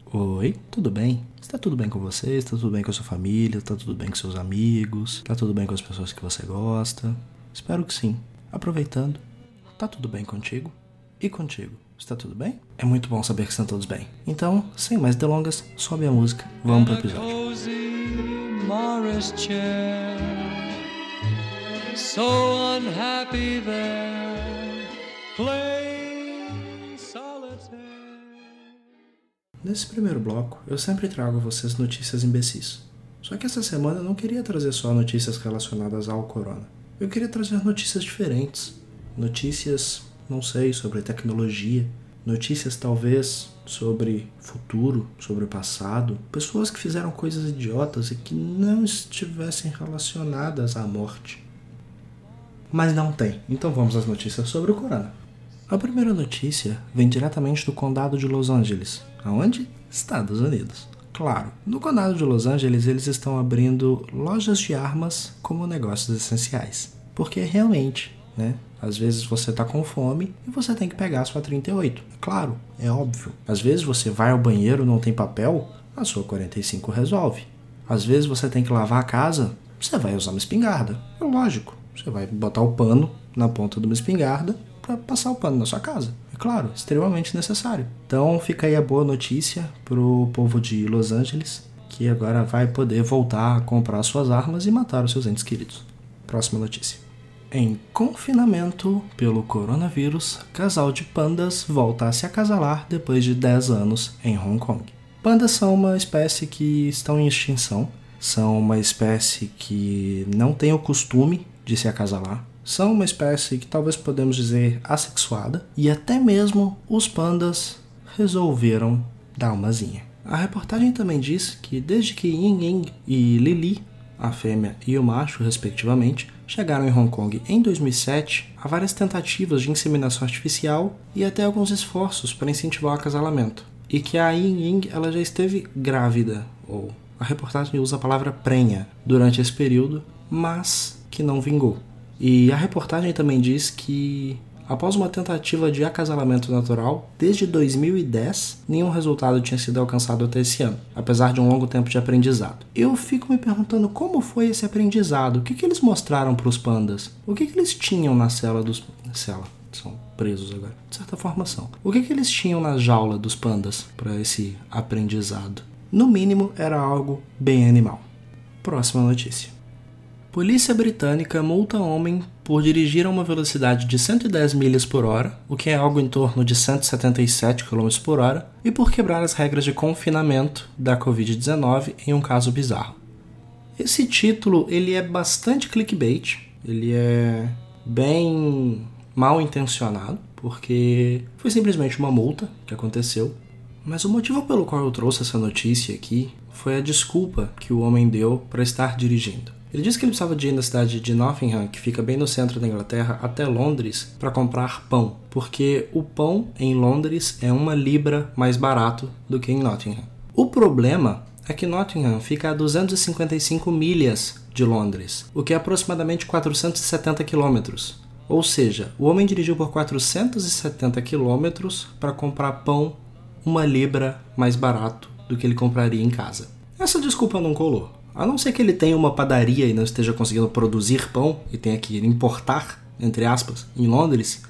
Oi, tudo bem? Está tudo bem com você? Está tudo bem com a sua família? Está tudo bem com seus amigos? Está tudo bem com as pessoas que você gosta? Espero que sim. Aproveitando, está tudo bem contigo? E contigo? Está tudo bem? É muito bom saber que estão todos bem. Então, sem mais delongas, sobe a música, vamos pro episódio. So unhappy there, playing solitaire. Nesse primeiro bloco, eu sempre trago a vocês notícias imbecis. Só que essa semana eu não queria trazer só notícias relacionadas ao corona. Eu queria trazer notícias diferentes. Notícias, não sei, sobre tecnologia. Notícias talvez sobre futuro, sobre o passado. Pessoas que fizeram coisas idiotas e que não estivessem relacionadas à morte. Mas não tem. Então vamos às notícias sobre o corona. A primeira notícia vem diretamente do condado de Los Angeles. Aonde? Estados Unidos. Claro, no condado de Los Angeles eles estão abrindo lojas de armas como negócios essenciais. Porque realmente, né? Às vezes você tá com fome e você tem que pegar a sua 38. Claro, é óbvio. Às vezes você vai ao banheiro e não tem papel, a sua 45 resolve. Às vezes você tem que lavar a casa, você vai usar uma espingarda. É lógico. Você vai botar o pano na ponta de uma espingarda para passar o pano na sua casa. É claro, extremamente necessário. Então fica aí a boa notícia pro povo de Los Angeles, que agora vai poder voltar a comprar suas armas e matar os seus entes queridos. Próxima notícia. Em confinamento pelo coronavírus, casal de pandas volta a se acasalar depois de 10 anos em Hong Kong. Pandas são uma espécie que estão em extinção. São uma espécie que não tem o costume de se acasalar. São uma espécie que talvez podemos dizer assexuada. E até mesmo os pandas resolveram dar uma zinha. A reportagem também diz que desde que Ying Ying e Lili, a fêmea e o macho, respectivamente, chegaram em Hong Kong em 2007, há várias tentativas de inseminação artificial e até alguns esforços para incentivar o acasalamento. E que a Ying Ying ela já esteve grávida, ou a reportagem usa a palavra prenha, durante esse período, mas que não vingou. E a reportagem também diz que, após uma tentativa de acasalamento natural, desde 2010, nenhum resultado tinha sido alcançado até esse ano, apesar de um longo tempo de aprendizado. Eu fico me perguntando como foi esse aprendizado, o que eles mostraram para os pandas, o que eles tinham na cela dos... São presos agora. De certa forma são. O que eles tinham na jaula dos pandas para esse aprendizado? No mínimo, era algo bem animal. Próxima notícia. Polícia britânica multa homem por dirigir a uma velocidade de 110 milhas por hora, o que é algo em torno de 177 km por hora, e por quebrar as regras de confinamento da Covid-19 em um caso bizarro. Esse título ele é bastante clickbait, ele é bem mal intencionado, porque foi simplesmente uma multa que aconteceu. Mas o motivo pelo qual eu trouxe essa notícia aqui foi a desculpa que o homem deu para estar dirigindo. Ele disse que ele precisava de ir na cidade de Nottingham, que fica bem no centro da Inglaterra, até Londres, para comprar pão. Porque o pão em Londres é 1 libra mais barato do que em Nottingham. O problema é que Nottingham fica a 255 milhas de Londres, o que é aproximadamente 470 quilômetros. Ou seja, o homem dirigiu por 470 quilômetros para comprar pão 1 libra mais barato do que ele compraria em casa. Essa desculpa não colou. A não ser que ele tenha uma padaria e não esteja conseguindo produzir pão e tenha que importar, entre aspas, em Londres,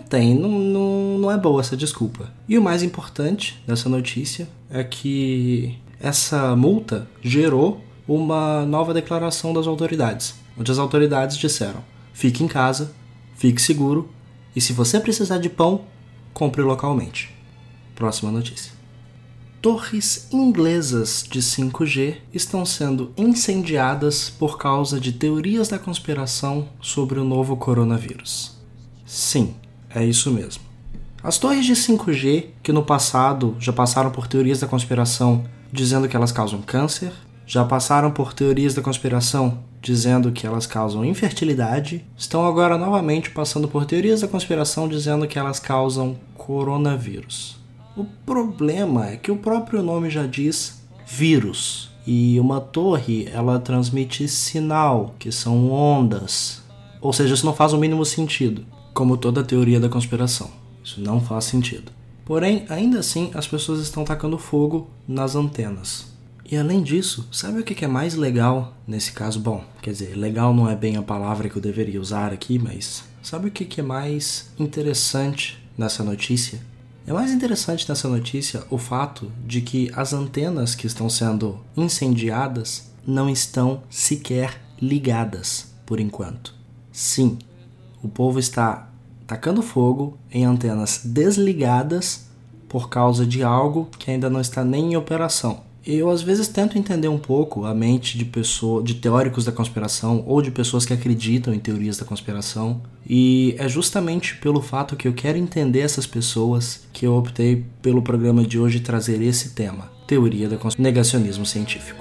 não é boa essa desculpa. E o mais importante dessa notícia é que essa multa gerou uma nova declaração das autoridades, onde as autoridades disseram: fique em casa, fique seguro e se você precisar de pão, compre localmente. Próxima notícia. Torres inglesas de 5G estão sendo incendiadas por causa de teorias da conspiração sobre o novo coronavírus. Sim, é isso mesmo. As torres de 5G, que no passado já passaram por teorias da conspiração dizendo que elas causam câncer, já passaram por teorias da conspiração dizendo que elas causam infertilidade, estão agora novamente passando por teorias da conspiração dizendo que elas causam coronavírus. O problema é que o próprio nome já diz vírus. E uma torre, ela transmite sinal, que são ondas. Ou seja, isso não faz o mínimo sentido, como toda a teoria da conspiração. Isso não faz sentido. Porém, ainda assim, as pessoas estão tacando fogo nas antenas. E além disso, sabe o que é mais legal nesse caso? Bom, quer dizer, legal não é bem a palavra que eu deveria usar aqui, mas sabe o que é mais interessante nessa notícia? É mais interessante nessa notícia o fato de que as antenas que estão sendo incendiadas não estão sequer ligadas por enquanto. Sim, o povo está tacando fogo em antenas desligadas por causa de algo que ainda não está nem em operação. Eu às vezes tento entender um pouco a mente de teóricos da conspiração ou de pessoas que acreditam em teorias da conspiração, e é justamente pelo fato que eu quero entender essas pessoas que eu optei pelo programa de hoje trazer esse tema, teoria do negacionismo científico.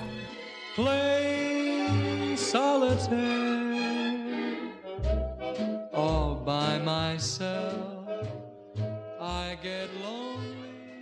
Play solitaire all by myself, I get lonely.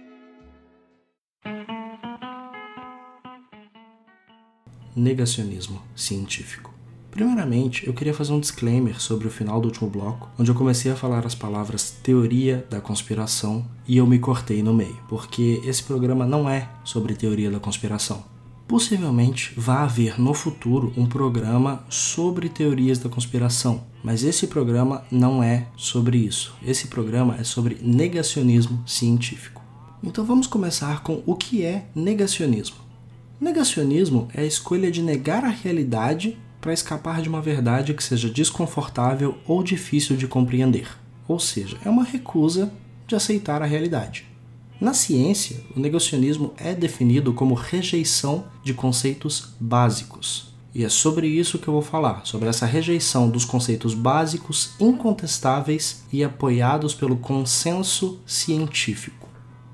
Negacionismo científico. Primeiramente, eu queria fazer um disclaimer sobre o final do último bloco, onde eu comecei a falar as palavras teoria da conspiração e eu me cortei no meio, porque esse programa não é sobre teoria da conspiração. Possivelmente vá haver no futuro um programa sobre teorias da conspiração, mas esse programa não é sobre isso. Esse programa é sobre negacionismo científico. Então vamos começar com o que é negacionismo. Negacionismo é a escolha de negar a realidade para escapar de uma verdade que seja desconfortável ou difícil de compreender. Ou seja, é uma recusa de aceitar a realidade. Na ciência, o negacionismo é definido como rejeição de conceitos básicos. E é sobre isso que eu vou falar, sobre essa rejeição dos conceitos básicos incontestáveis e apoiados pelo consenso científico.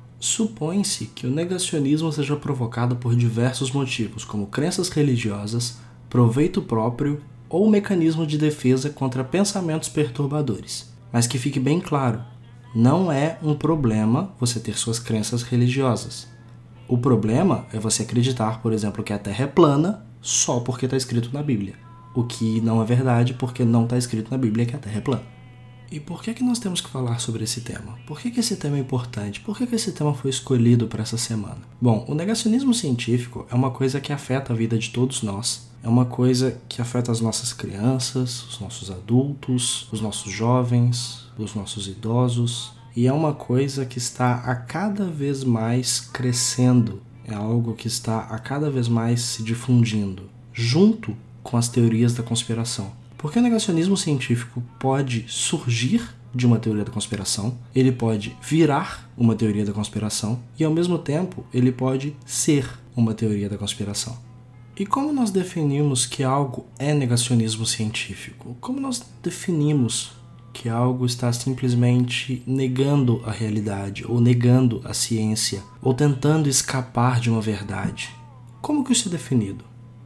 Supõe-se que o negacionismo seja provocado por diversos motivos, como crenças religiosas, proveito próprio ou mecanismo de defesa contra pensamentos perturbadores. Mas que fique bem claro, não é um problema você ter suas crenças religiosas. O problema é você acreditar, por exemplo, que a Terra é plana só porque está escrito na Bíblia. O que não é verdade porque não está escrito na Bíblia que a Terra é plana. E por que nós temos que falar sobre esse tema? Por que esse tema é importante? Por que esse tema foi escolhido para essa semana? Bom, o negacionismo científico é uma coisa que afeta a vida de todos nós. É uma coisa que afeta as nossas crianças, os nossos adultos, os nossos jovens, os nossos idosos. E é uma coisa que está a cada vez mais crescendo. É algo que está a cada vez mais se difundindo, junto com as teorias da conspiração. Porque o negacionismo científico pode surgir de uma teoria da conspiração, ele pode virar uma teoria da conspiração e, ao mesmo tempo, ele pode ser uma teoria da conspiração. E como nós definimos que algo é negacionismo científico? Como nós definimos que algo está simplesmente negando a realidade, ou negando a ciência, ou tentando escapar de uma verdade? Como que isso é definido?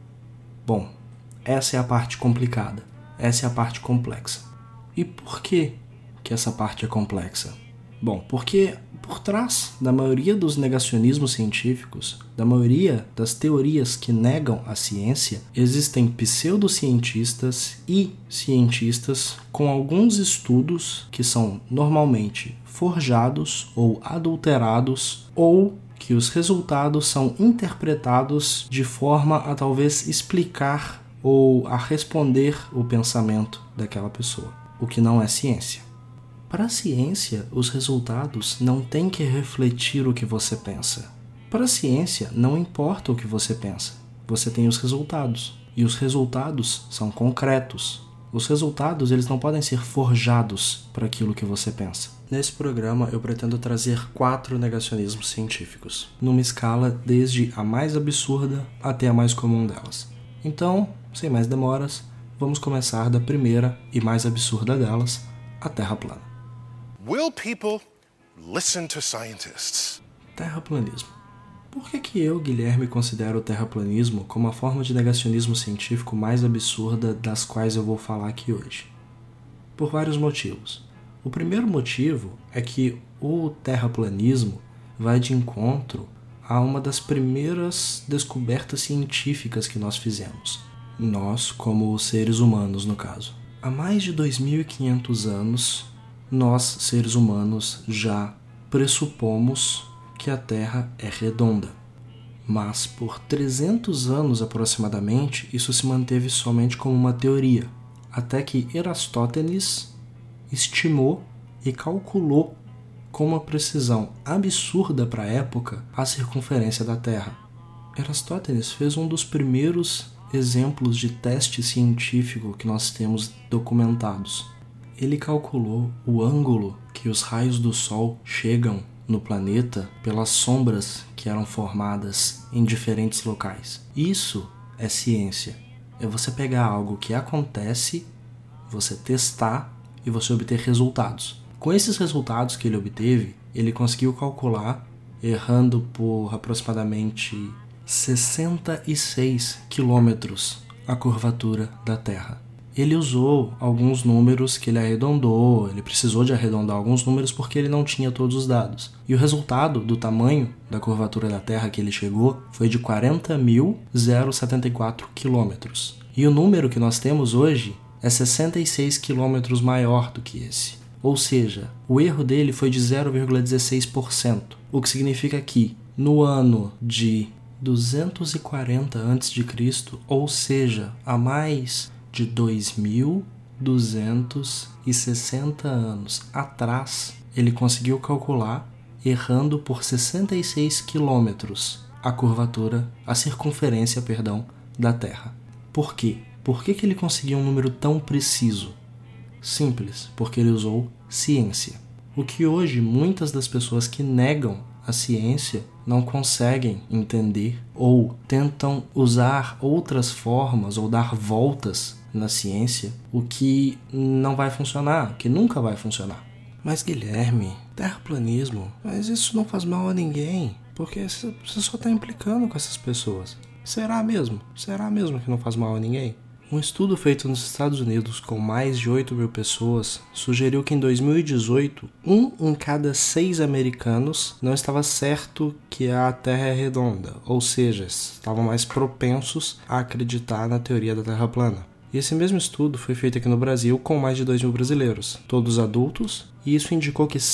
Bom, essa é a parte complicada. Essa é a parte complexa. E por que essa parte é complexa? Bom, porque por trás da maioria dos negacionismos científicos, da maioria das teorias que negam a ciência, existem pseudocientistas e cientistas com alguns estudos que são normalmente forjados ou adulterados, ou que os resultados são interpretados de forma a talvez explicar ou a responder o pensamento daquela pessoa, o que não é ciência. Para a ciência, os resultados não têm que refletir o que você pensa. Para a ciência, não importa o que você pensa, você tem os resultados, e os resultados são concretos. Os resultados eles não podem ser forjados para aquilo que você pensa. Nesse programa, eu pretendo trazer 4 negacionismos científicos, numa escala desde a mais absurda até a mais comum delas. Então, sem mais demoras, vamos começar da primeira e mais absurda delas, a Terra plana. Will people listen to scientists? Terraplanismo. Por que eu, Guilherme, considero o terraplanismo como a forma de negacionismo científico mais absurda das quais eu vou falar aqui hoje? Por vários motivos. O primeiro motivo é que o terraplanismo vai de encontro a uma das primeiras descobertas científicas que nós fizemos. Nós, como seres humanos, no caso. Há mais de 2.500 anos, nós, seres humanos, já pressupomos que a Terra é redonda. Mas por 300 anos aproximadamente, isso se manteve somente como uma teoria, até que Eratóstenes estimou e calculou com uma precisão absurda para a época a circunferência da Terra. Eratóstenes fez um dos primeiros exemplos de teste científico que nós temos documentados. Ele calculou o ângulo que os raios do Sol chegam no planeta pelas sombras que eram formadas em diferentes locais. Isso é ciência. É você pegar algo que acontece, você testar e você obter resultados. Com esses resultados que ele obteve, ele conseguiu calcular, errando por aproximadamente 66 quilômetros a curvatura da Terra. Ele usou alguns números que ele arredondou, ele precisou de arredondar alguns números porque ele não tinha todos os dados. E o resultado do tamanho da curvatura da Terra que ele chegou foi de 40.074 quilômetros. E o número que nós temos hoje é 66 quilômetros maior do que esse. Ou seja, o erro dele foi de 0,16%, o que significa que no ano de 240 a.C., ou seja, há mais de 2.260 anos atrás, ele conseguiu calcular, errando por 66 quilômetros, a circunferência da Terra. Por quê? Por que ele conseguiu um número tão preciso? Simples, porque ele usou ciência. O que hoje muitas das pessoas que negam a ciência não conseguem entender ou tentam usar outras formas ou dar voltas na ciência, o que não vai funcionar, o que nunca vai funcionar. Mas Guilherme, terraplanismo, mas isso não faz mal a ninguém, porque você só está implicando com essas pessoas. Será mesmo? Será mesmo que não faz mal a ninguém? Um estudo feito nos Estados Unidos com mais de 8.000 pessoas sugeriu que em 2018, 1 em cada 6 americanos não estava certo que a Terra é redonda, ou seja, estavam mais propensos a acreditar na teoria da Terra plana. E esse mesmo estudo foi feito aqui no Brasil com mais de 2.000 brasileiros, todos adultos, e isso indicou que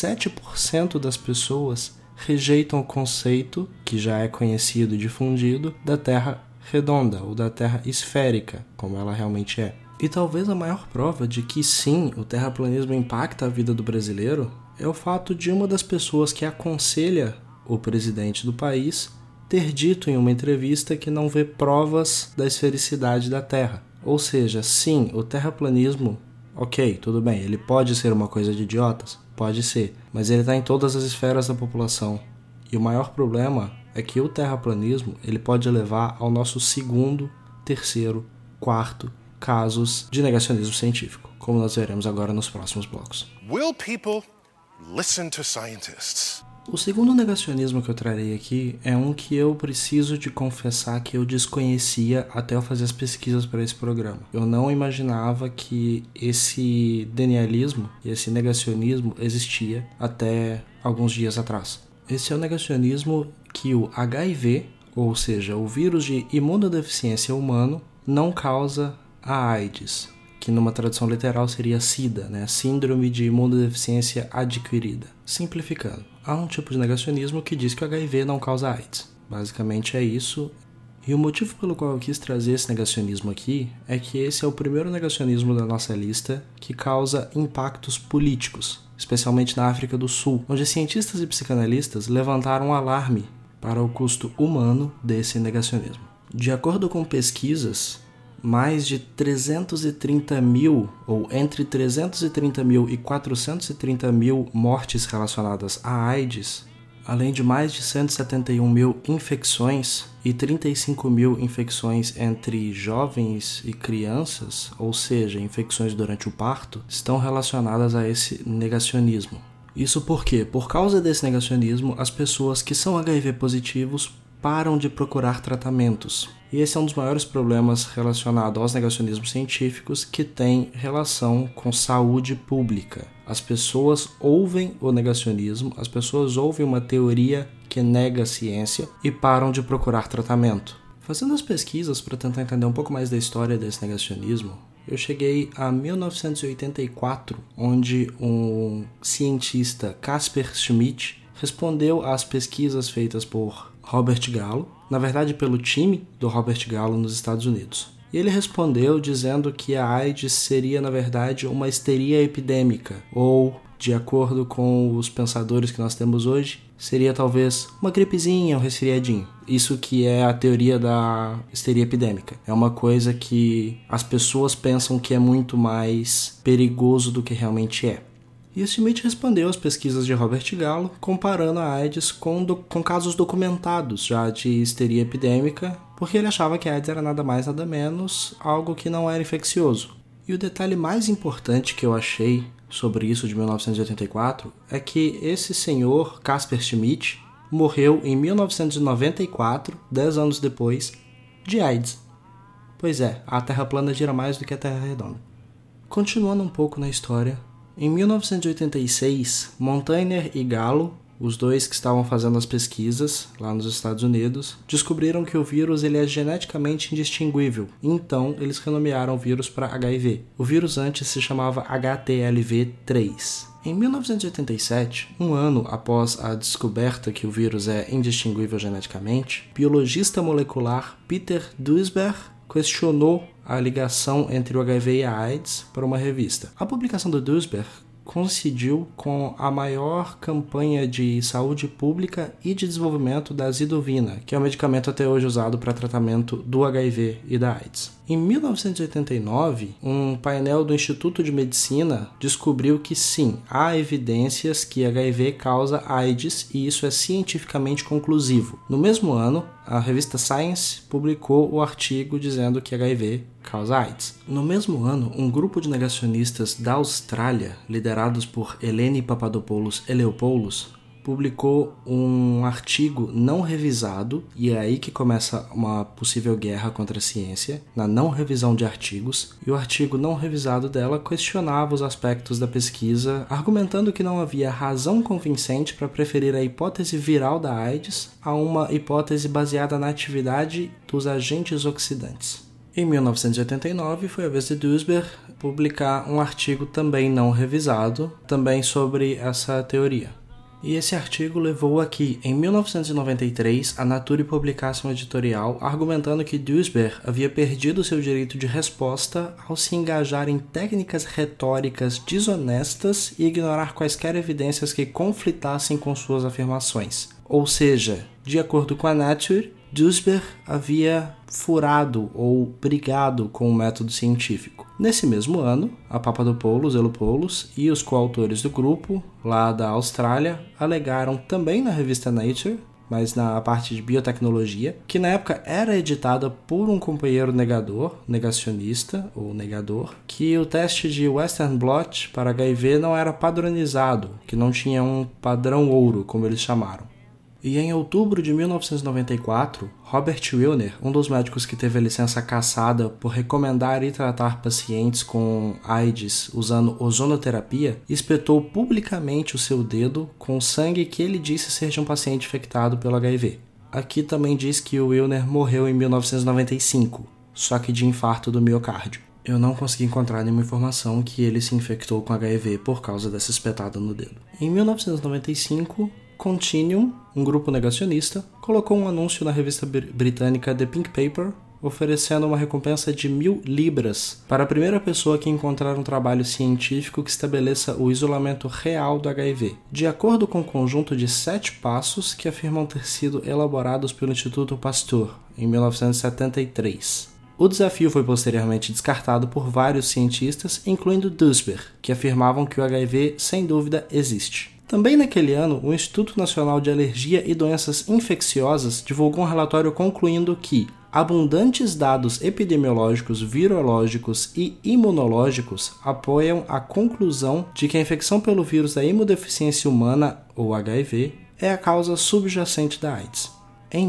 7% das pessoas rejeitam o conceito, que já é conhecido e difundido, da Terra redonda ou da Terra esférica, como ela realmente é. E talvez a maior prova de que sim, o terraplanismo impacta a vida do brasileiro é o fato de uma das pessoas que aconselha o presidente do país ter dito em uma entrevista que não vê provas da esfericidade da Terra. Ou seja, sim, o terraplanismo, ok, tudo bem, ele pode ser uma coisa de idiotas? Pode ser, mas ele está em todas as esferas da população. E o maior problema é que o terraplanismo ele pode levar ao nosso segundo, terceiro, quarto casos de negacionismo científico, como nós veremos agora nos próximos blocos. Will people listen to scientists? O segundo negacionismo que eu trarei aqui é um que eu preciso de confessar que eu desconhecia até eu fazer as pesquisas para esse programa. Eu não imaginava que esse denialismo e esse negacionismo existia até alguns dias atrás. Esse é o negacionismo que o HIV, ou seja, o vírus de imunodeficiência humano, não causa a AIDS, que numa tradução literal seria SIDA, Síndrome de imunodeficiência adquirida. Simplificando, há um tipo de negacionismo que diz que o HIV não causa AIDS. Basicamente é isso. E o motivo pelo qual eu quis trazer esse negacionismo aqui é que esse é o primeiro negacionismo da nossa lista que causa impactos políticos, especialmente na África do Sul, onde cientistas e psicanalistas levantaram um alarme para o custo humano desse negacionismo. De acordo com pesquisas, mais de 330 mil, ou entre 330 mil e 430 mil mortes relacionadas à AIDS, além de mais de 171 mil infecções e 35 mil infecções entre jovens e crianças, ou seja, infecções durante o parto, estão relacionadas a esse negacionismo. Isso porque, por causa desse negacionismo, as pessoas que são HIV positivos param de procurar tratamentos. E esse é um dos maiores problemas relacionados aos negacionismos científicos que tem relação com saúde pública. As pessoas ouvem o negacionismo, as pessoas ouvem uma teoria que nega a ciência e param de procurar tratamento. Fazendo as pesquisas para tentar entender um pouco mais da história desse negacionismo, eu cheguei a 1984, onde um cientista, Casper Schmidt, respondeu às pesquisas feitas por Robert Gallo, na verdade pelo time do Robert Gallo nos Estados Unidos. E ele respondeu dizendo que a AIDS seria, na verdade, uma histeria epidêmica, ou, de acordo com os pensadores que nós temos hoje, seria talvez uma gripezinha, um resfriadinho. Isso que é a teoria da histeria epidêmica. É uma coisa que as pessoas pensam que é muito mais perigoso do que realmente é. E o Smith respondeu às pesquisas de Robert Gallo, comparando a AIDS com casos documentados já de histeria epidêmica, porque ele achava que a AIDS era nada mais nada menos algo que não era infeccioso. E o detalhe mais importante que eu achei sobre isso de 1984 é que esse senhor, Caspar Schmidt, morreu em 1994, 10 anos depois, de AIDS. Pois é, a Terra plana gira mais do que a Terra redonda. Continuando um pouco na história, em 1986, Montaner e Gallo, os dois que estavam fazendo as pesquisas lá nos Estados Unidos, descobriram que o vírus ele é geneticamente indistinguível, então eles renomearam o vírus para HIV. O vírus antes se chamava HTLV-3. Em 1987, um ano após a descoberta que o vírus é indistinguível geneticamente, o biologista molecular Peter Duisberg questionou a ligação entre o HIV e a AIDS para uma revista. A publicação do Duisberg coincidiu com a maior campanha de saúde pública e de desenvolvimento da Zidovina, que é um medicamento até hoje usado para tratamento do HIV e da AIDS. Em 1989, um painel do Instituto de Medicina descobriu que sim, há evidências que HIV causa AIDS e isso é cientificamente conclusivo. No mesmo ano, a revista Science publicou o artigo dizendo que HIV causa AIDS. No mesmo ano, um grupo de negacionistas da Austrália, liderados por Eleni Papadopoulos Eleopoulos, publicou um artigo não revisado, e é aí que começa uma possível guerra contra a ciência, na não revisão de artigos, e o artigo não revisado dela questionava os aspectos da pesquisa, argumentando que não havia razão convincente para preferir a hipótese viral da AIDS a uma hipótese baseada na atividade dos agentes oxidantes. Em 1989, foi a vez de Duisberg publicar um artigo também não revisado, também sobre essa teoria. E esse artigo levou a que, em 1993, a Nature publicasse um editorial argumentando que Duisberg havia perdido seu direito de resposta ao se engajar em técnicas retóricas desonestas e ignorar quaisquer evidências que conflitassem com suas afirmações. Ou seja, de acordo com a Nature, Duisberg havia furado ou brigado com o método científico. Nesse mesmo ano, a Papadopoulos Eleopoulos e os coautores do grupo, lá da Austrália, alegaram também na revista Nature, mas na parte de biotecnologia, que na época era editada por um companheiro negacionista ou negador, que o teste de Western blot para HIV não era padronizado, que não tinha um padrão ouro, como eles chamaram. E em outubro de 1994, Robert Wilner, um dos médicos que teve a licença cassada por recomendar e tratar pacientes com AIDS usando ozonoterapia, espetou publicamente o seu dedo com sangue que ele disse ser de um paciente infectado pelo HIV. Aqui também diz que o Wilner morreu em 1995, só que de infarto do miocárdio. Eu não consegui encontrar nenhuma informação que ele se infectou com HIV por causa dessa espetada no dedo. Em 1995, Continuum, um grupo negacionista, colocou um anúncio na revista britânica The Pink Paper, oferecendo uma recompensa de 1.000 libras para a primeira pessoa que encontrar um trabalho científico que estabeleça o isolamento real do HIV, de acordo com um conjunto de 7 passos que afirmam ter sido elaborados pelo Instituto Pasteur, em 1973. O desafio foi posteriormente descartado por vários cientistas, incluindo Duisberg, que afirmavam que o HIV, sem dúvida, existe. Também naquele ano, o Instituto Nacional de Alergia e Doenças Infecciosas divulgou um relatório concluindo que abundantes dados epidemiológicos, virológicos e imunológicos apoiam a conclusão de que a infecção pelo vírus da imunodeficiência humana, ou HIV, é a causa subjacente da AIDS. Em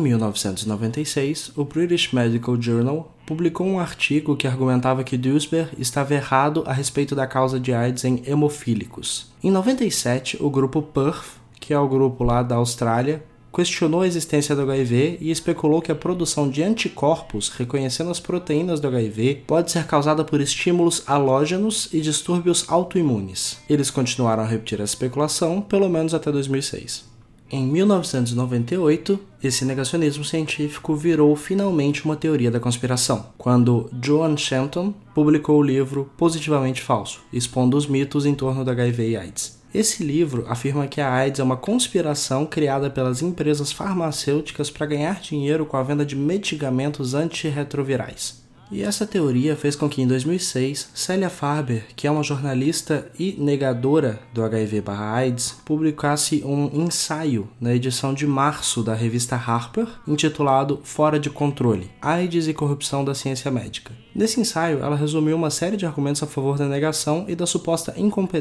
1996, o British Medical Journal publicou um artigo que argumentava que Duisberg estava errado a respeito da causa de AIDS em hemofílicos. Em 97, o grupo PERF, que é o grupo lá da Austrália, questionou a existência do HIV e especulou que a produção de anticorpos reconhecendo as proteínas do HIV pode ser causada por estímulos halógenos e distúrbios autoimunes. Eles continuaram a repetir essa especulação, pelo menos até 2006. Em 1998, esse negacionismo científico virou finalmente uma teoria da conspiração, quando Joan Shenton publicou o livro Positivamente Falso, expondo os mitos em torno do HIV e AIDS. Esse livro afirma que a AIDS é uma conspiração criada pelas empresas farmacêuticas para ganhar dinheiro com a venda de medicamentos antirretrovirais. E essa teoria fez com que em 2006, Célia Farber, que é uma jornalista e negadora do HIV/AIDS, publicasse um ensaio na edição de março da revista Harper, intitulado Fora de Controle, AIDS e Corrupção da Ciência Médica. Nesse ensaio, ela resumiu uma série de argumentos a favor da negação e da suposta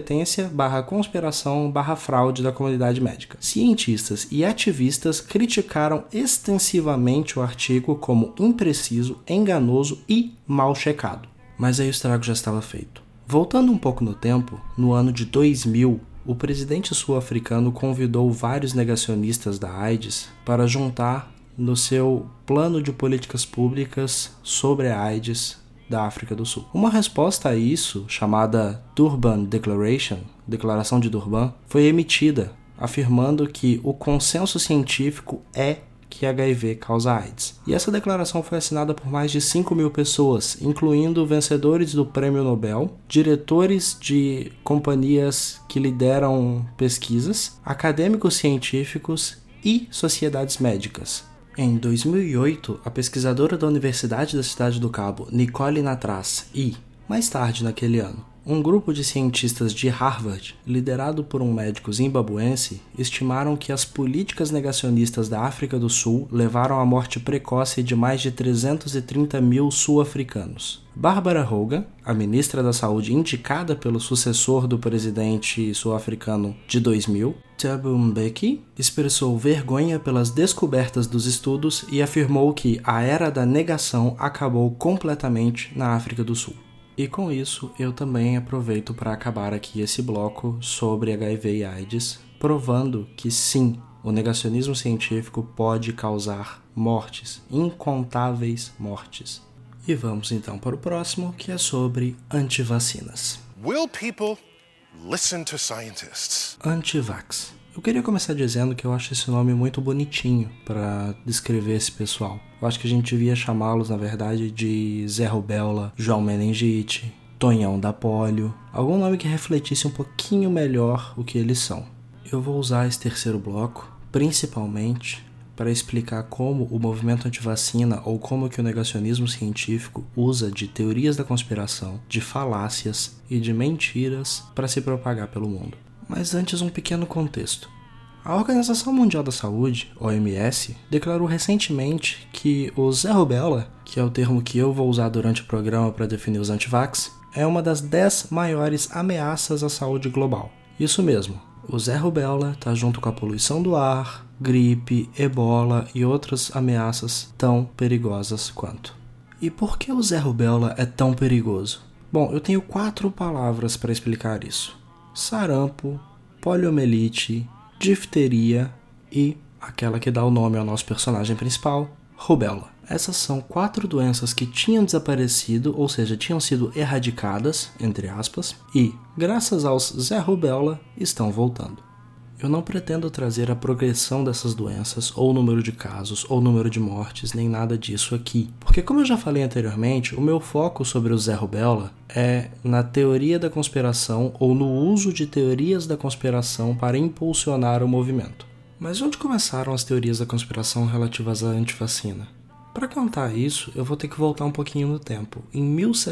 incompetência/conspiração/fraude da comunidade médica. Cientistas e ativistas criticaram extensivamente o artigo como impreciso, enganoso e mal checado. Mas aí o estrago já estava feito. Voltando um pouco no tempo, no ano de 2000, o presidente sul-africano convidou vários negacionistas da AIDS para juntar no seu plano de políticas públicas sobre a AIDS da África do Sul. Uma resposta a isso, chamada Durban Declaration, Declaração de Durban, foi emitida, afirmando que o consenso científico é que HIV causa AIDS. E essa declaração foi assinada por mais de 5.000 pessoas, incluindo vencedores do Prêmio Nobel, diretores de companhias que lideram pesquisas, acadêmicos científicos e sociedades médicas. Em 2008, a pesquisadora da Universidade da Cidade do Cabo, Nicole Nattrass, e, mais tarde naquele ano, um grupo de cientistas de Harvard, liderado por um médico zimbabuense, estimaram que as políticas negacionistas da África do Sul levaram à morte precoce de mais de 330 mil sul-africanos. Barbara Hogan, a ministra da Saúde indicada pelo sucessor do presidente sul-africano de 2000, Thabo Mbeki, expressou vergonha pelas descobertas dos estudos e afirmou que a era da negação acabou completamente na África do Sul. E com isso, eu também aproveito para acabar aqui esse bloco sobre HIV e AIDS, provando que sim, o negacionismo científico pode causar mortes, incontáveis mortes. E vamos então para o próximo, que é sobre antivacinas. Will people listen to scientists? Antivax. Eu queria começar dizendo que eu acho esse nome muito bonitinho para descrever esse pessoal. Eu acho que a gente devia chamá-los, na verdade, de Zé Rubella, João Meningite, Tonhão da Polio, algum nome que refletisse um pouquinho melhor o que eles são. Eu vou usar esse terceiro bloco, principalmente, para explicar como o movimento antivacina ou como que o negacionismo científico usa de teorias da conspiração, de falácias e de mentiras para se propagar pelo mundo. Mas antes um pequeno contexto. A Organização Mundial da Saúde, OMS, declarou recentemente que o Zé Rubella, que é o termo que eu vou usar durante o programa para definir os antivax, é uma das 10 maiores ameaças à saúde global. Isso mesmo, o Zé Rubella está junto com a poluição do ar, gripe, ebola e outras ameaças tão perigosas quanto. E por que o Zé Rubella é tão perigoso? Bom, eu tenho 4 palavras para explicar isso. Sarampo, poliomielite, difteria e aquela que dá o nome ao nosso personagem principal, rubéola. Essas são 4 doenças que tinham desaparecido, ou seja, tinham sido erradicadas, entre aspas, e, graças aos Zé Rubella, estão voltando. Eu não pretendo trazer a progressão dessas doenças, ou o número de casos, ou o número de mortes, nem nada disso aqui. Porque, como eu já falei anteriormente, o meu foco sobre o Zé Rubella é na teoria da conspiração ou no uso de teorias da conspiração para impulsionar o movimento. Mas onde começaram as teorias da conspiração relativas à antivacina? Para contar isso, eu vou ter que voltar um pouquinho no tempo. Em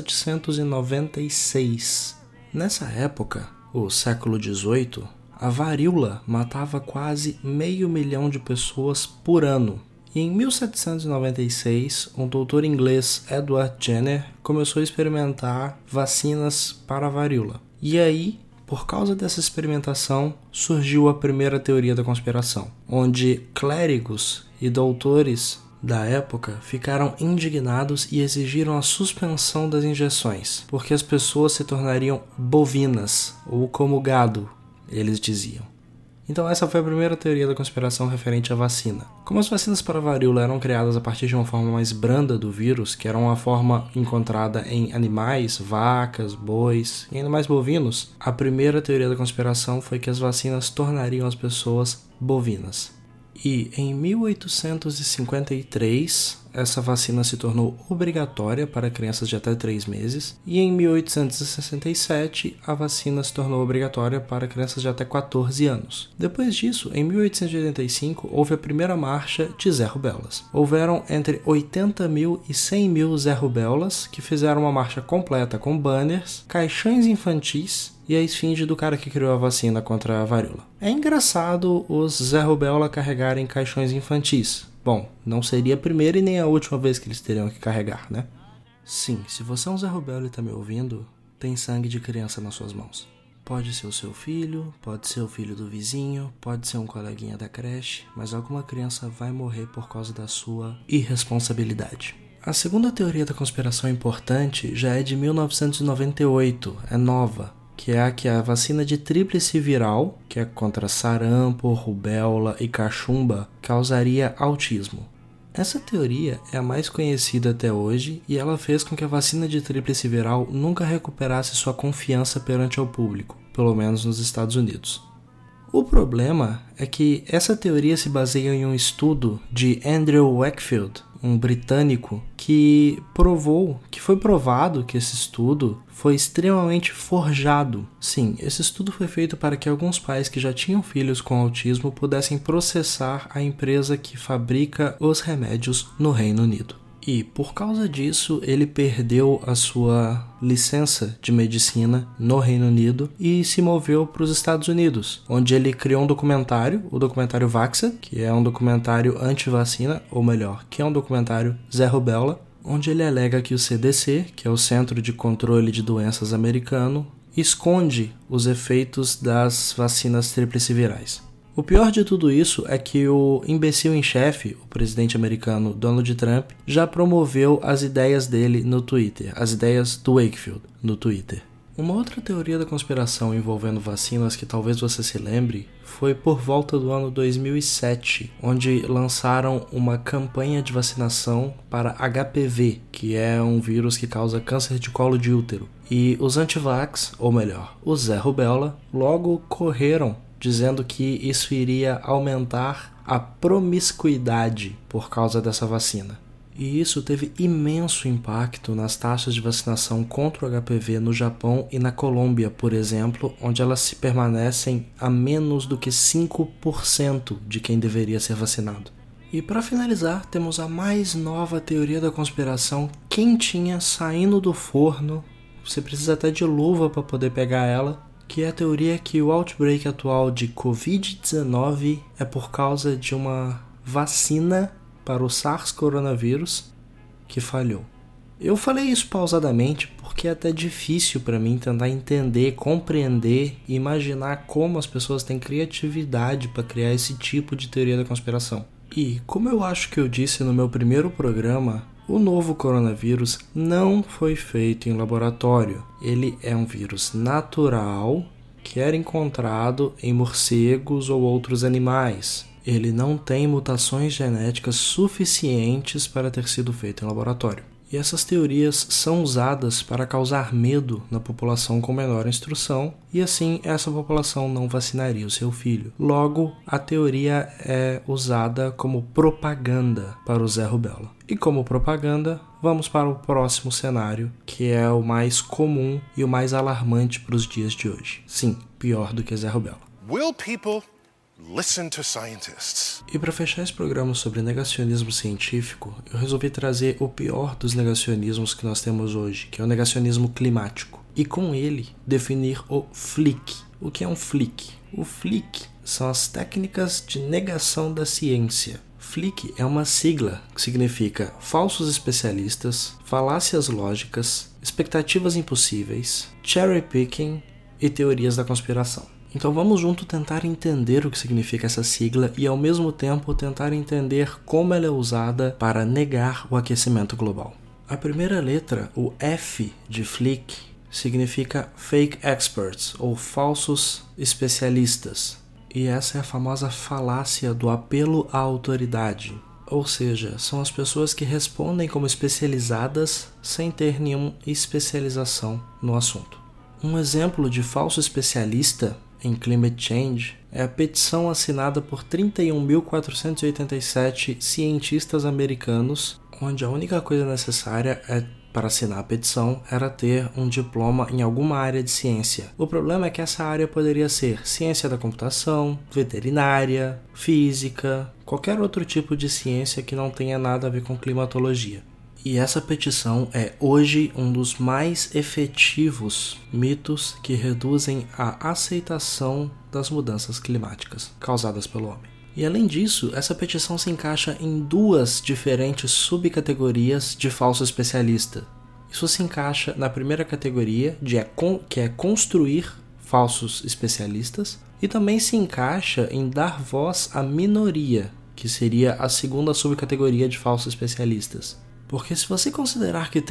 1796. Nessa época, o século XVIII, a varíola matava quase 500 mil de pessoas por ano. E em 1796, um doutor inglês, Edward Jenner, começou a experimentar vacinas para a varíola. E aí, por causa dessa experimentação, surgiu a primeira teoria da conspiração, onde clérigos e doutores da época ficaram indignados e exigiram a suspensão das injeções, porque as pessoas se tornariam bovinas, ou como gado, eles diziam. Então essa foi a primeira teoria da conspiração referente à vacina. Como as vacinas para a varíola eram criadas a partir de uma forma mais branda do vírus, que era uma forma encontrada em animais, vacas, bois e ainda mais bovinos, a primeira teoria da conspiração foi que as vacinas tornariam as pessoas bovinas. E em 1853, essa vacina se tornou obrigatória para crianças de até 3 meses, e em 1867, a vacina se tornou obrigatória para crianças de até 14 anos. Depois disso, em 1885, houve a primeira marcha de Zé Rubelas. Houveram entre 80 mil e 100 mil Zé Rubelas que fizeram uma marcha completa com banners, caixões infantis e a esfinge do cara que criou a vacina contra a varíola. É engraçado os Zé Rubelas carregarem caixões infantis. Bom, não seria a primeira e nem a última vez que eles teriam que carregar, né? Sim, se você é um Zé Rubelas e tá me ouvindo, tem sangue de criança nas suas mãos. Pode ser o seu filho, pode ser o filho do vizinho, pode ser um coleguinha da creche, mas alguma criança vai morrer por causa da sua irresponsabilidade. A segunda teoria da conspiração importante já é de 1998, é nova, que é a que a vacina de tríplice viral, que é contra sarampo, rubéola e cachumba, causaria autismo. Essa teoria é a mais conhecida até hoje e ela fez com que a vacina de tríplice viral nunca recuperasse sua confiança perante o público, pelo menos nos Estados Unidos. O problema é que essa teoria se baseia em um estudo de Andrew Wakefield, um britânico, que foi provado que esse estudo foi extremamente forjado. Sim, esse estudo foi feito para que alguns pais que já tinham filhos com autismo pudessem processar a empresa que fabrica os remédios no Reino Unido. E, por causa disso, ele perdeu a sua licença de medicina no Reino Unido e se moveu para os Estados Unidos, onde ele criou um documentário, o documentário Vaxxed, que é um documentário anti-vacina, ou melhor, que é um documentário Zé Rubelas, onde ele alega que o CDC, que é o Centro de Controle de Doenças americano, esconde os efeitos das vacinas tríplice virais. O pior de tudo isso é que o imbecil em chefe, o presidente americano Donald Trump, já promoveu as ideias dele no Twitter, as ideias do Wakefield no Twitter. Uma outra teoria da conspiração envolvendo vacinas que talvez você se lembre foi por volta do ano 2007, onde lançaram uma campanha de vacinação para HPV, que é um vírus que causa câncer de colo de útero. E os anti-vax, ou melhor, os Zé Rubelas, logo correram dizendo que isso iria aumentar a promiscuidade por causa dessa vacina. E isso teve imenso impacto nas taxas de vacinação contra o HPV no Japão e na Colômbia, por exemplo, onde elas se permanecem a menos do que 5% de quem deveria ser vacinado. E para finalizar, temos a mais nova teoria da conspiração quentinha saindo do forno. Você precisa até de luva para poder pegar ela, que é a teoria que o outbreak atual de Covid-19 é por causa de uma vacina para o SARS coronavírus que falhou. Eu falei isso pausadamente porque é até difícil para mim tentar entender, compreender e imaginar como as pessoas têm criatividade para criar esse tipo de teoria da conspiração. E, como eu acho que eu disse no meu primeiro programa, o novo coronavírus não foi feito em laboratório. Ele é um vírus natural que era encontrado em morcegos ou outros animais. Ele não tem mutações genéticas suficientes para ter sido feito em laboratório. E essas teorias são usadas para causar medo na população com menor instrução, e assim essa população não vacinaria o seu filho. Logo, a teoria é usada como propaganda para o Zé Rubelas. E como propaganda, vamos para o próximo cenário, que é o mais comum e o mais alarmante para os dias de hoje. Sim, pior do que Zé Rubelas. Will people listen to scientists? E para fechar esse programa sobre negacionismo científico, eu resolvi trazer o pior dos negacionismos que nós temos hoje, que é o negacionismo climático. E com ele, definir o FLIC. O que é um FLIC? O FLIC são as técnicas de negação da ciência. FLIC é uma sigla que significa falsos especialistas, falácias lógicas, expectativas impossíveis, cherry picking e teorias da conspiração. Então vamos junto tentar entender o que significa essa sigla e ao mesmo tempo tentar entender como ela é usada para negar o aquecimento global. A primeira letra, o F de FLIC, significa fake experts ou falsos especialistas. E essa é a famosa falácia do apelo à autoridade. Ou seja, são as pessoas que respondem como especializadas sem ter nenhuma especialização no assunto. Um exemplo de falso especialista em Climate Change é a petição assinada por 31.487 cientistas americanos, onde a única coisa necessária para assinar a petição era ter um diploma em alguma área de ciência. O problema é que essa área poderia ser ciência da computação, veterinária, física, qualquer outro tipo de ciência que não tenha nada a ver com climatologia. E essa petição é hoje um dos mais efetivos mitos que reduzem a aceitação das mudanças climáticas causadas pelo homem. E além disso, essa petição se encaixa em duas diferentes subcategorias de falso especialista. Isso se encaixa na primeira categoria, que é construir falsos especialistas, e também se encaixa em dar voz à minoria, que seria a segunda subcategoria de falsos especialistas. Porque se você considerar que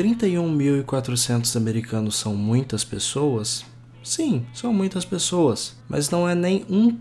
31.400 americanos são muitas pessoas, sim, são muitas pessoas, mas não é nem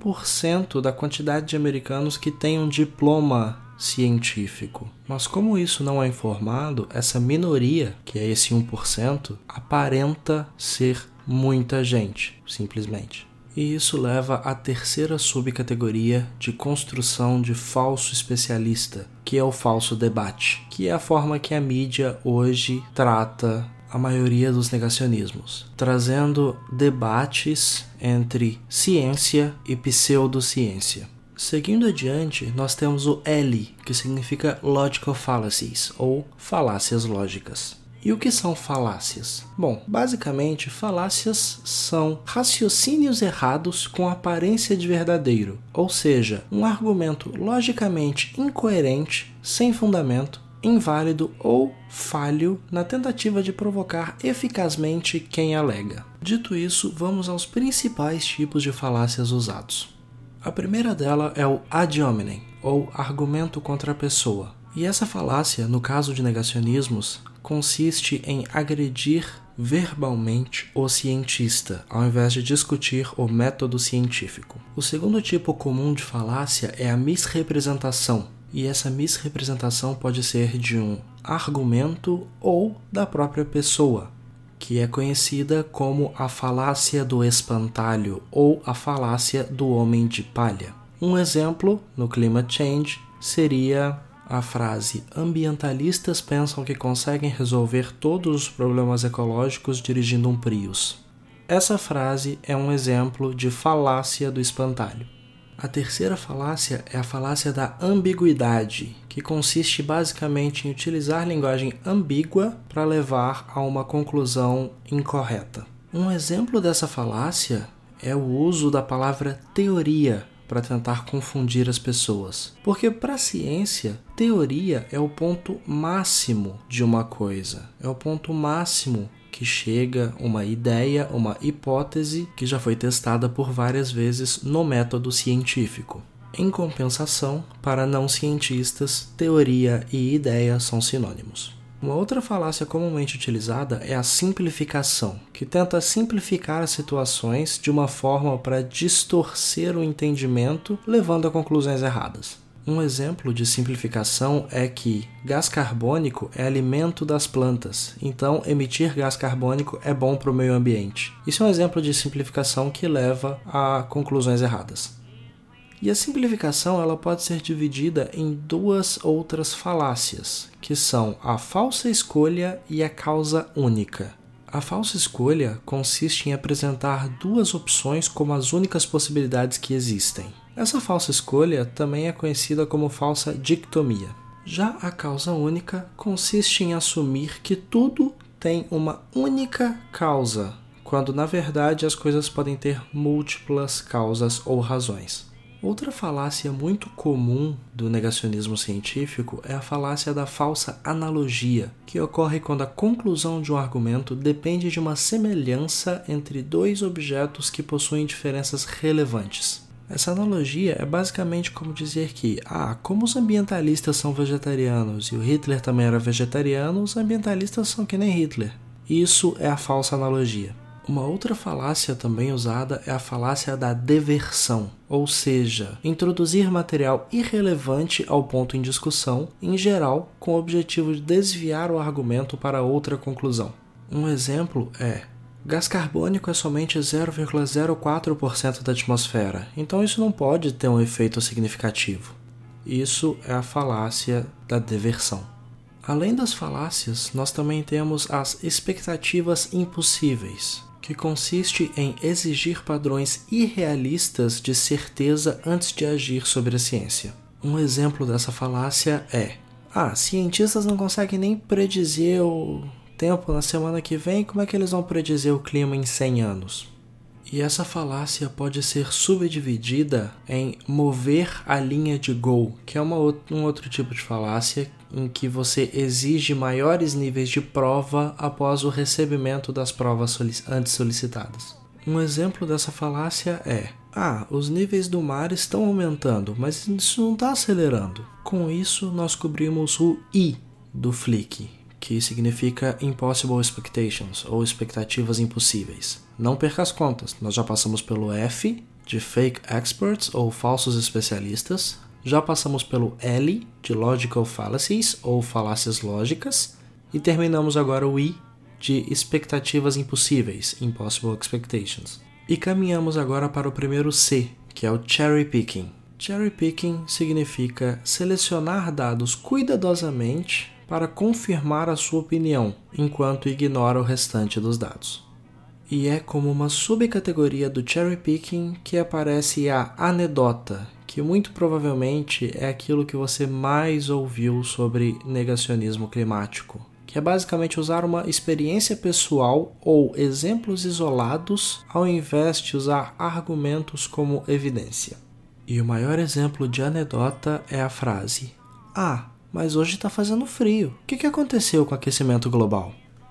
1% da quantidade de americanos que tem um diploma científico. Mas como isso não é informado, essa minoria, que é esse 1%, aparenta ser muita gente, simplesmente. E isso leva à terceira subcategoria de construção de falso especialista, que é o falso debate, que é a forma que a mídia hoje trata a maioria dos negacionismos, trazendo debates entre ciência e pseudociência. Seguindo adiante, nós temos o L, que significa Logical Fallacies, ou falácias lógicas. E o que são falácias? Bom, basicamente, falácias são raciocínios errados com aparência de verdadeiro, ou seja, um argumento logicamente incoerente, sem fundamento, inválido ou falho na tentativa de provocar eficazmente quem alega. Dito isso, vamos aos principais tipos de falácias usados. A primeira dela é o ad hominem, ou argumento contra a pessoa. E essa falácia, no caso de negacionismos, consiste em agredir verbalmente o cientista, ao invés de discutir o método científico. O segundo tipo comum de falácia é a misrepresentação, e essa misrepresentação pode ser de um argumento ou da própria pessoa, que é conhecida como a falácia do espantalho ou a falácia do homem de palha. Um exemplo no Climate Change seria a frase "ambientalistas pensam que conseguem resolver todos os problemas ecológicos dirigindo um Prius". Essa frase é um exemplo de falácia do espantalho. A terceira falácia é a falácia da ambiguidade, que consiste basicamente em utilizar linguagem ambígua para levar a uma conclusão incorreta. Um exemplo dessa falácia é o uso da palavra teoria para tentar confundir as pessoas. Porque para a ciência, teoria é o ponto máximo de uma coisa. É o ponto máximo que chega uma ideia, uma hipótese que já foi testada por várias vezes no método científico. Em compensação, para não cientistas, teoria e ideia são sinônimos. Uma outra falácia comumente utilizada é a simplificação, que tenta simplificar as situações de uma forma para distorcer o entendimento, levando a conclusões erradas. Um exemplo de simplificação é que gás carbônico é alimento das plantas, então emitir gás carbônico é bom para o meio ambiente. Isso é um exemplo de simplificação que leva a conclusões erradas. E a simplificação ela pode ser dividida em duas outras falácias, que são a falsa escolha e a causa única. A falsa escolha consiste em apresentar duas opções como as únicas possibilidades que existem. Essa falsa escolha também é conhecida como falsa dicotomia. Já a causa única consiste em assumir que tudo tem uma única causa, quando na verdade as coisas podem ter múltiplas causas ou razões. Outra falácia muito comum do negacionismo científico é a falácia da falsa analogia, que ocorre quando a conclusão de um argumento depende de uma semelhança entre dois objetos que possuem diferenças relevantes. Essa analogia é basicamente como dizer que, como os ambientalistas são vegetarianos e o Hitler também era vegetariano, os ambientalistas são que nem Hitler. Isso é a falsa analogia. Uma outra falácia também usada é a falácia da deversão, ou seja, introduzir material irrelevante ao ponto em discussão, em geral, com o objetivo de desviar o argumento para outra conclusão. Um exemplo é: Gás carbônico é somente 0,04% da atmosfera, então isso não pode ter um efeito significativo. Isso é a falácia da diversão. Além das falácias, nós também temos as expectativas impossíveis, que consiste em exigir padrões irrealistas de certeza antes de agir sobre a ciência. Um exemplo dessa falácia é: cientistas não conseguem nem predizer o tempo na semana que vem, como é que eles vão predizer o clima em 100 anos? E essa falácia pode ser subdividida em mover a linha de Gol, que é um outro tipo de falácia em que você exige maiores níveis de prova após o recebimento das provas antes solicitadas. Um exemplo dessa falácia é: os níveis do mar estão aumentando, mas isso não está acelerando. Com isso, nós cobrimos o I do Flick, que significa Impossible Expectations, ou expectativas impossíveis. Não perca as contas, nós já passamos pelo F, de Fake Experts, ou falsos especialistas, já passamos pelo L, de Logical Fallacies, ou falácias lógicas, e terminamos agora o I, de expectativas impossíveis, Impossible Expectations. E caminhamos agora para o primeiro C, que é o Cherry Picking. Cherry Picking significa selecionar dados cuidadosamente para confirmar a sua opinião, enquanto ignora o restante dos dados. E é como uma subcategoria do cherry picking que aparece a anedota, que muito provavelmente é aquilo que você mais ouviu sobre negacionismo climático, que é basicamente usar uma experiência pessoal ou exemplos isolados ao invés de usar argumentos como evidência. E o maior exemplo de anedota é a frase: mas hoje está fazendo frio. O que aconteceu com o aquecimento global?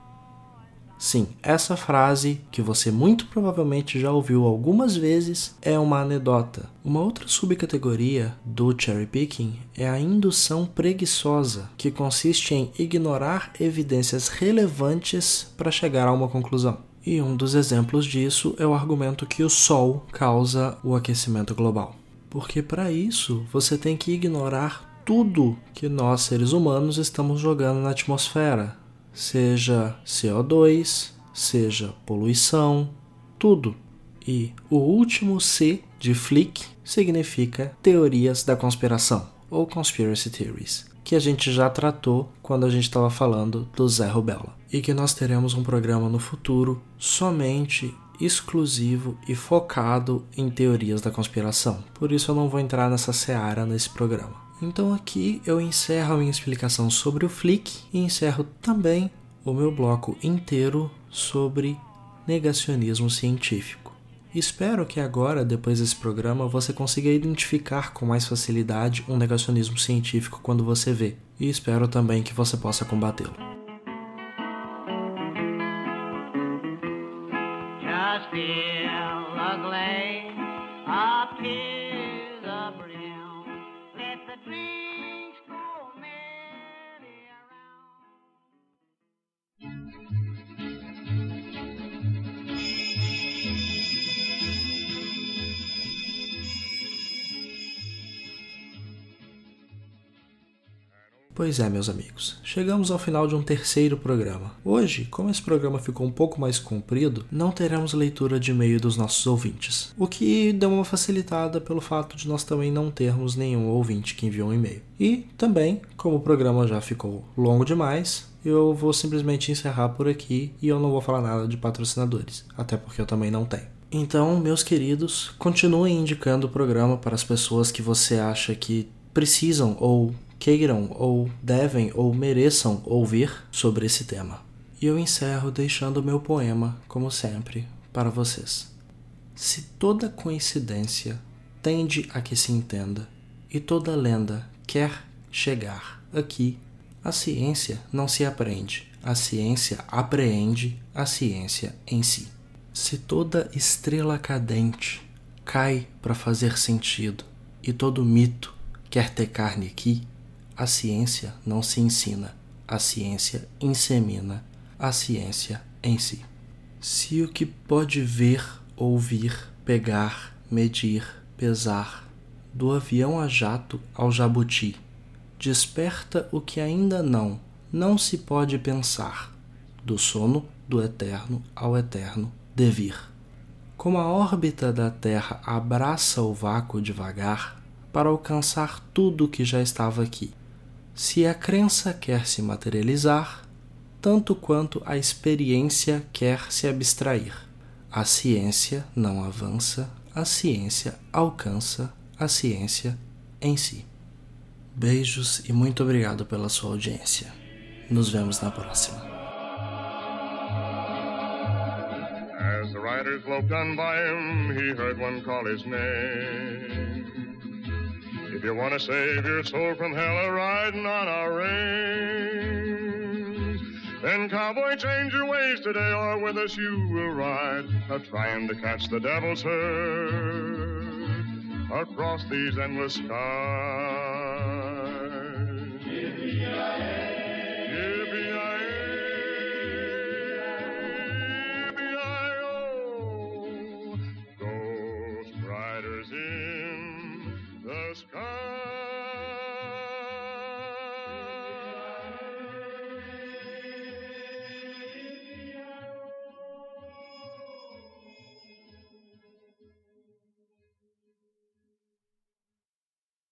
Sim, essa frase, que você muito provavelmente já ouviu algumas vezes, é uma anedota. Uma outra subcategoria do cherry picking é a indução preguiçosa, que consiste em ignorar evidências relevantes para chegar a uma conclusão. E um dos exemplos disso é o argumento que o Sol causa o aquecimento global. Porque para isso, você tem que ignorar tudo que nós, seres humanos, estamos jogando na atmosfera, seja CO2, seja poluição, tudo. E o último C de Flick significa teorias da conspiração, ou conspiracy theories, que a gente já tratou quando a gente estava falando do Zé Rubella. E que nós teremos um programa no futuro somente exclusivo e focado em teorias da conspiração. Por isso eu não vou entrar nessa seara nesse programa. Então aqui eu encerro a minha explicação sobre o Flick e encerro também o meu bloco inteiro sobre negacionismo científico. Espero que agora, depois desse programa, você consiga identificar com mais facilidade um negacionismo científico quando você vê. E espero também que você possa combatê-lo. Just feel the glade of tears of brim. Let the drinks go merry Pois é, meus amigos, chegamos ao final de um terceiro programa. Hoje, como esse programa ficou um pouco mais comprido, não teremos leitura de e-mail dos nossos ouvintes, o que deu uma facilitada pelo fato de nós também não termos nenhum ouvinte que enviou um e-mail. E também, como o programa já ficou longo demais, eu vou simplesmente encerrar por aqui e eu não vou falar nada de patrocinadores, até porque eu também não tenho. Então, meus queridos, continuem indicando o programa para as pessoas que você acha que precisam ou queiram, ou devem, ou mereçam ouvir sobre esse tema. E eu encerro deixando o meu poema, como sempre, para vocês. Se toda coincidência tende a que se entenda, e toda lenda quer chegar aqui, a ciência não se aprende, a ciência apreende a ciência em si. Se toda estrela cadente cai para fazer sentido, e todo mito quer ter carne aqui, a ciência não se ensina, a ciência insemina a ciência em si. Se o que pode ver, ouvir, pegar, medir, pesar, do avião a jato ao jabuti, desperta o que ainda não se pode pensar, do sono do eterno ao eterno devir. Como a órbita da Terra abraça o vácuo devagar para alcançar tudo que já estava aqui, se a crença quer se materializar, tanto quanto a experiência quer se abstrair, a ciência não avança, a ciência alcança a ciência em si. Beijos e muito obrigado pela sua audiência. Nos vemos na próxima. As the riders loped on by him, he heard one call his name. If you want to save your soul from hell, a-riding on our range, then cowboy, change your ways today, or with us you will ride, a-trying to catch the devil's herd across these endless skies.